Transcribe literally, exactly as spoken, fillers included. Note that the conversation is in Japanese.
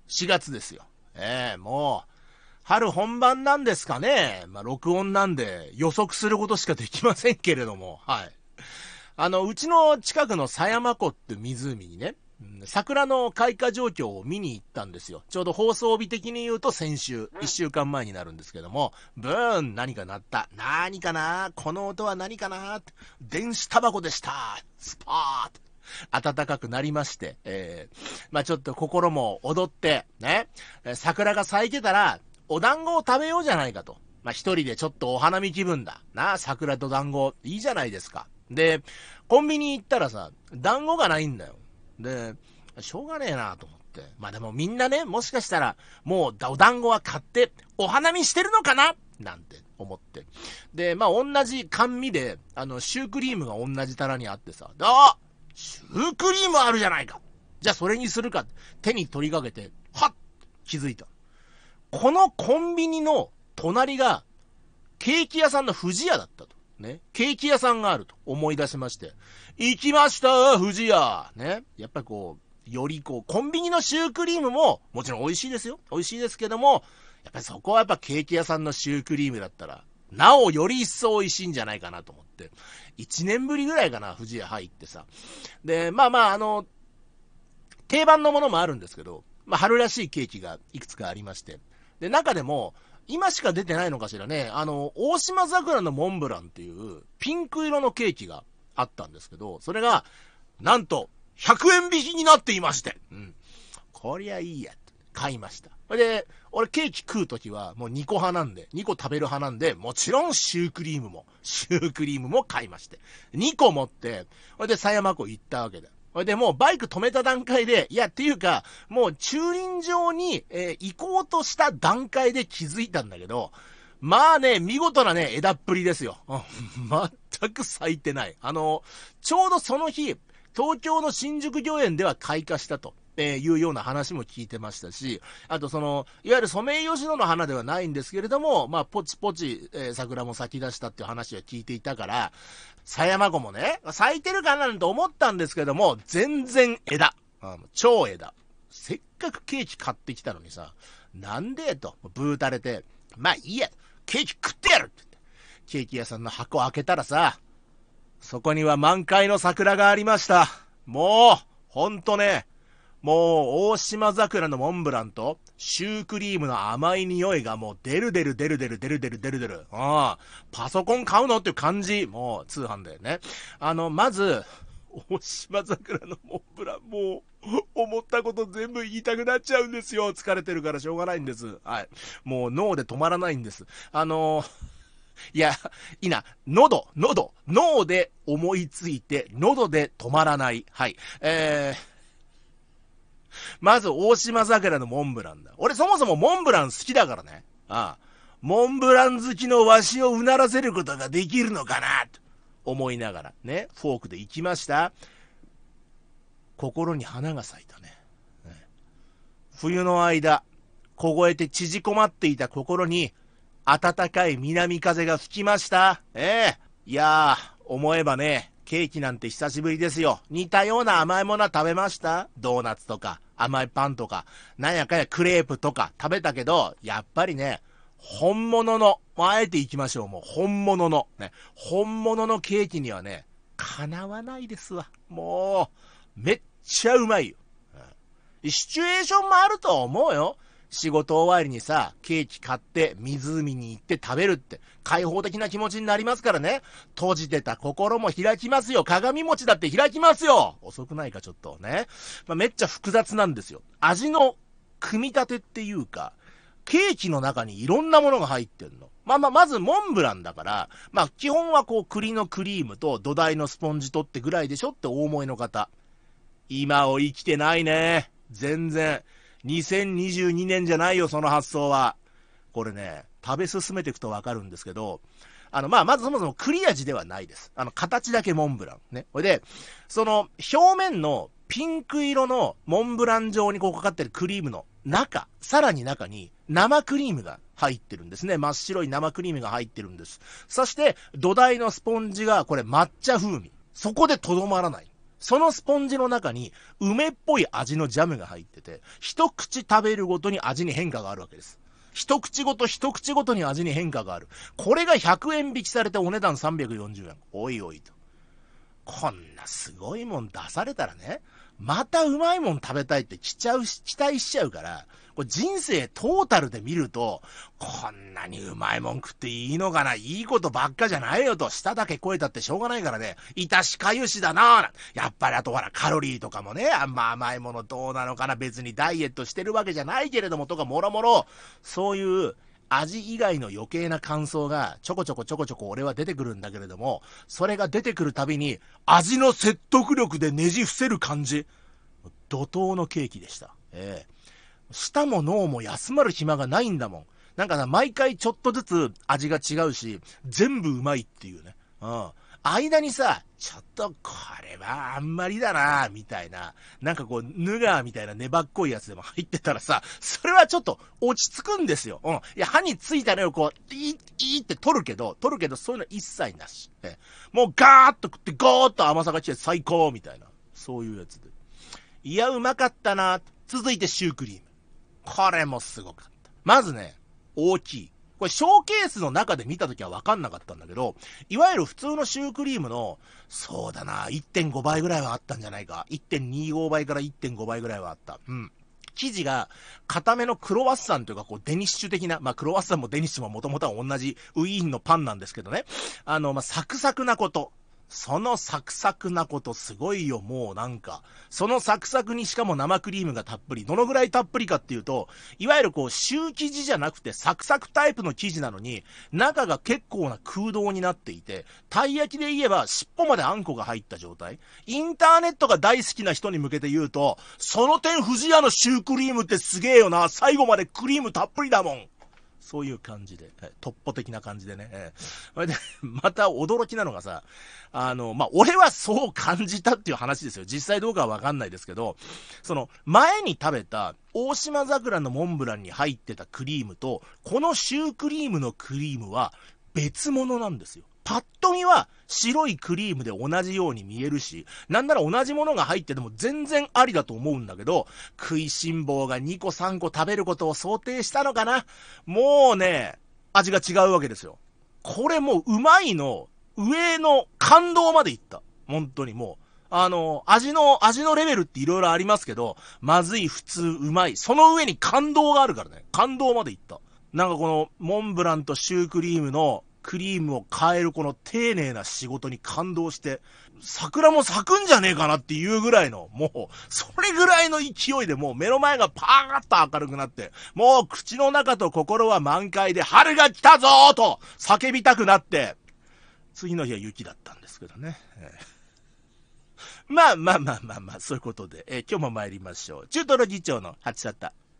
しがつですよ。ええー、もう、春本番なんですかね。まあ、録音なんで予測することしかできませんけれども、はい。あの、うちの近くの狭山湖って湖にね、桜の開花状況を見に行ったんですよ。ちょうど放送日的に言うと先週、いっしゅうかんまえになるんですけども、ブーン、何か鳴った。何かな、この音は何かな、電子タバコでした。スパーッ。暖かくなりまして、えー、まあちょっと心も踊って、ね、桜が咲いてたら、お団子を食べようじゃないかと。まあ一人でちょっとお花見気分だ。な、桜と団子、いいじゃないですか。で、コンビニ行ったらさ、団子がないんだよ。で、しょうがねえなと思って。まあでもみんなね、もしかしたら、もうお団子は買って、お花見してるのかななんて思って。で、まあ同じ甘味で、あの、シュークリームが同じ棚にあってさ、あシュークリームあるじゃないか。じゃあそれにするか。手に取りかけて、はっ気づいた。このコンビニの隣が、ケーキ屋さんの富士屋だったと。ね。ケーキ屋さんがあると思い出しまして。行きました富士屋ね。やっぱりこう、よりこう、コンビニのシュークリームも、もちろん美味しいですよ。美味しいですけども、やっぱりそこはやっぱケーキ屋さんのシュークリームだったら、なおより一層美味しいんじゃないかなと思って。一年ぶりぐらいかな、富士屋入ってさ。で、まあまあ、あの、定番のものもあるんですけど、まあ春らしいケーキがいくつかありまして。で、中でも、今しか出てないのかしらね、あの、大島桜のモンブランっていうピンク色のケーキがあったんですけど、それが、なんと、ひゃくえん引きになっていまして。うん。こりゃいいや。買いました。それで、俺ケーキ食うときはもうにこ派なんで、にこ食べる派なんで、もちろんシュークリームも、シュークリームも買いまして。にこ持って、それで狭山湖行ったわけだ。それでもうバイク止めた段階で、いやっていうか、もう駐輪場に、えー、行こうとした段階で気づいたんだけど、まあね、見事なね、枝っぷりですよ。全く咲いてない。あの、ちょうどその日、東京の新宿御苑では開花したと。えー、いうような話も聞いてましたし、あとその、いわゆるソメイヨシノの花ではないんですけれども、まあ、ポチポチ、えー、桜も咲き出したっていう話は聞いていたから、狭山湖もね、咲いてるかななんて思ったんですけども、全然枝。うん、超枝。せっかくケーキ買ってきたのにさ、なんでと、ブーたれて、まあいいや、ケーキ食ってやるって言って、ケーキ屋さんの箱開けたらさ、そこには満開の桜がありました。もう、ほんとね、もう、大島桜のモンブランと、シュークリームの甘い匂いがもう、出る出る出る出る出る出る出る出る。ああ、パソコン買うのっていう感じ。もう、通販でね。あの、まず、大島桜のモンブラン、もう、思ったこと全部言いたくなっちゃうんですよ。疲れてるからしょうがないんです。はい。もう、脳で止まらないんです。あのいや、いいな、喉、喉、脳で思いついて、喉で止まらない。はい。えー、まず、大島桜のモンブランだ。俺そもそもモンブラン好きだからね。ああ。モンブラン好きのわしをうならせることができるのかな、と思いながら、ね、フォークで行きました。心に花が咲いたね。ね、冬の間、凍えて縮こまっていた心に、暖かい南風が吹きました。ええ。いやー、思えばね、ケーキなんて久しぶりですよ。似たような甘いものは食べました？ドーナツとか、甘いパンとか、なんやかやクレープとか食べたけど、やっぱりね、本物の、あえて行きましょう、もう本物の、ね、本物のケーキにはね、かなわないですわ。もう、めっちゃうまいよ。うん、シチュエーションもあると思うよ。仕事終わりにさ、ケーキ買って湖に行って食べるって開放的な気持ちになりますからね。閉じてた心も開きますよ。鏡餅だって開きますよ。遅くないかちょっとね。まあ、めっちゃ複雑なんですよ。味の組み立てっていうか、ケーキの中にいろんなものが入ってんの。まあまあ、まずモンブランだから、まあ基本はこう栗のクリームと土台のスポンジ取ってぐらいでしょってお思いの方。今を生きてないね。全然。にせんにじゅうにねんじゃないよ、その発想は。これね、食べ進めていくとわかるんですけど、あの、まあ、まずそもそも栗味ではないです。あの、形だけモンブラン。ね。これで、その、表面のピンク色のモンブラン状にこうかかってるクリームの中、さらに中に生クリームが入ってるんですね。真っ白い生クリームが入ってるんです。そして、土台のスポンジがこれ抹茶風味。そこでとどまらない。 そのスポンジの中に梅っぽい味のジャムが入ってて、一口食べるごとに味に変化があるわけです。一口ごと一口ごとに味に変化がある。これがひゃくえん引きされてお値段さんびゃくよんじゅうえん。おいおいと。こんなすごいもん出されたらね、またうまいもん食べたいってきちゃうし、期待しちゃうから、これ人生トータルで見ると、こんなにうまいもん食っていいのかな、いいことばっかじゃないよと、舌だけ超えたってしょうがないからね、いたしかゆしだな。やっぱりあとほらカロリーとかもね、あんま甘いものどうなのかな、別にダイエットしてるわけじゃないけれどもとかもろもろ、そういう味以外の余計な感想がちょこちょこちょこちょこ俺は出てくるんだけれども、それが出てくるたびに味の説得力でねじ伏せる感じ、怒涛のケーキでした。ええ舌も脳も休まる暇がないんだもん。なんかさ、毎回ちょっとずつ味が違うし、全部うまいっていうね。うん。間にさ、ちょっとこれはあんまりだなみたいな、なんかこう、ヌガーみたいな粘っこいやつでも入ってたらさ、それはちょっと落ち着くんですよ。うん。いや、歯についたのをこう、いい、いいって取るけど、取るけど、そういうの一切なし。えもうガーッと食ってゴーッと甘さが来て最高みたいな。そういうやつで。いや、うまかったな。続いてシュークリーム。これもすごかった。まずね、大きい。これショーケースの中で見たときは分かんなかったんだけど、いわゆる普通のシュークリームの、そうだな、いってんごばいぐらいはあったんじゃないか。いってんにじゅうごばいからいってんごばいぐらいはあった。うん。生地が、固めのクロワッサンというか、こう、デニッシュ的な、まあ、クロワッサンもデニッシュももともとは同じウィーンのパンなんですけどね。あの、まあ、サクサクなこと。そのサクサクなことすごいよ、もうなんか。そのサクサクにしかも生クリームがたっぷり。どのぐらいたっぷりかっていうと、いわゆるこう、シュー生地じゃなくてサクサクタイプの生地なのに、中が結構な空洞になっていて、たい焼きで言えば尻尾まであんこが入った状態。インターネットが大好きな人に向けて言うと、その点富士屋のシュークリームってすげえよな。最後までクリームたっぷりだもん。そういう感じで、トッポ的な感じでね。えー、それで、また驚きなのがさ、あの、まあ、俺はそう感じたっていう話ですよ。実際どうかはわかんないですけど、その、前に食べた大島桜のモンブランに入ってたクリームと、このシュークリームのクリームは別物なんですよ。パッと見は白いクリームで同じように見えるし、なんなら同じものが入ってても全然ありだと思うんだけど、食いしん坊がにこさんこ食べることを想定したのかな。もうね、味が違うわけですよ。これもううまいの上の感動までいった。本当にもう。あの、味の、味のレベルって色々ありますけど、まずい、普通、うまい。その上に感動があるからね。感動までいった。なんかこの、モンブランとシュークリームの、クリームを変えるこの丁寧な仕事に感動して、桜も咲くんじゃねえかなっていうぐらいの、もう、それぐらいの勢いでもう目の前がパーッと明るくなって、もう口の中と心は満開で春が来たぞーと叫びたくなって、次の日は雪だったんですけどね。えー、まあまあまあまあまあ、そういうことで、えー、今日も参りましょう。中トロ議長のはちサタ。